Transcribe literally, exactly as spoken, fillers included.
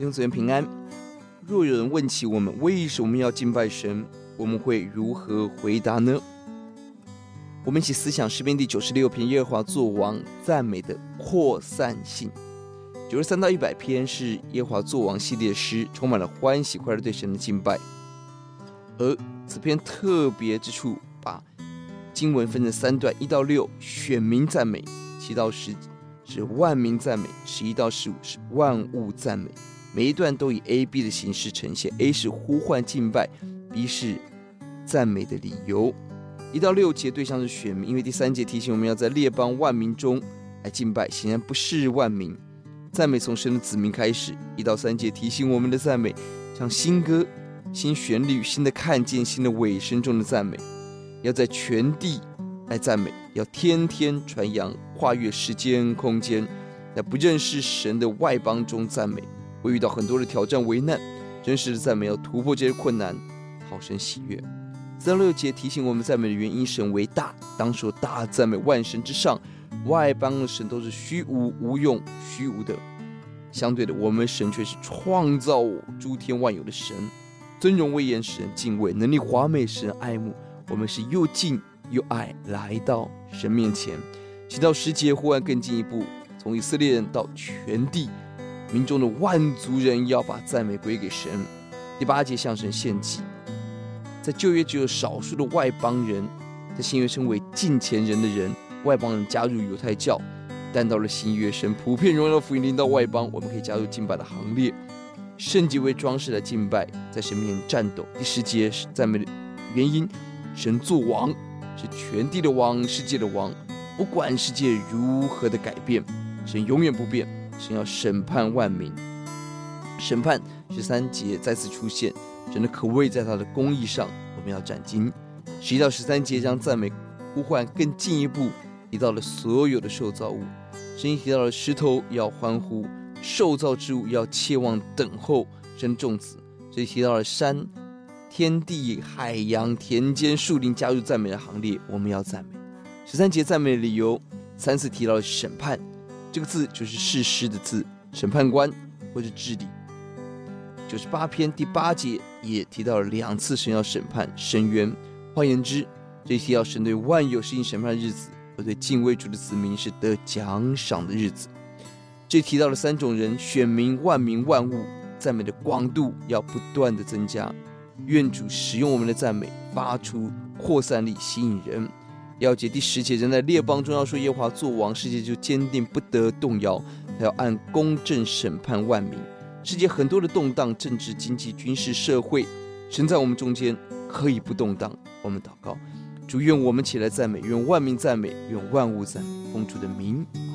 兄姊妹平安。若有人问起我们为什么要敬拜神，我们会如何回答呢？我们一起思想诗篇第九十六篇耶和华作王赞美的扩散性。九十三到一百篇是耶和华作王系列诗，充满了欢喜快乐对神的敬拜。而此篇特别之处，把经文分成三段，一到六选民赞美，七到十是万民赞美，十一到十五是万物赞美。每一段都以 A、B 的形式呈现， A 是呼唤敬拜， B 是赞美的理由。一到六节对象是选民，因为第三节提醒我们要在列邦万民中来敬拜，显然不是万民。赞美从神的子民开始。一到三节提醒我们的赞美像新歌、新旋律、新的看见、新的尾声中的赞美，要在全地来赞美，要天天传扬，跨越时间空间，在不认识神的外邦中赞美。会遇到很多的挑战危难，真实的赞美要突破这些困难，讨神喜悦。三到六节提醒我们赞美的原因，神为大，当说大赞美万神之上，外邦的神都是虚无无用虚无的。相对的，我们神却是创造诸天万有的神，尊荣威严使人敬畏，能力华美使人爱慕。我们是又敬又爱来到神面前。七到十节忽然更进一步，从以色列人到全地民众的万族人要把赞美归给神。第八节向神献祭。在旧约只有少数的外邦人，在新约称为敬虔人的人，外邦人加入犹太教，但到了新约，神普遍荣耀福音临到外邦，我们可以加入敬拜的行列。圣洁为装饰来敬拜，在神面前战斗。第十节是赞美的原因，神作王，是全地的王，世界的王，不管世界如何的改变，神永远不变。神要审判万民，审判十三节再次出现，神的可畏在他的公义上，我们要斩钉。十一到十三节将赞美呼唤更进一步，提到了所有的受造物。神提到了石头要欢呼，受造之物要切望等候神的众子。这里提到了山、天地、海洋、田间、树林加入赞美的行列，我们要赞美。十三节赞美的理由三次提到了审判，这个字就是士师的字，审判官或者治理。九十八篇第八节也提到了两次神要审判伸冤。换言之，这里提到神对万有施行审判的日子，而对敬畏主的子民是得奖赏的日子。这里提到了三种人，选民、万民、万物，赞美的广度要不断的增加。愿主使用我们的赞美，发出扩散力，吸引人。要解第十节，人在列邦中要说耶和华作王，世界就坚定不得动摇，他要按公正审判万民。世界很多的动荡，政治、经济、军事、社会，神在我们中间可以不动荡。我们祷告，主，愿我们起来赞美，愿万民赞美，愿万物赞美，奉主的名。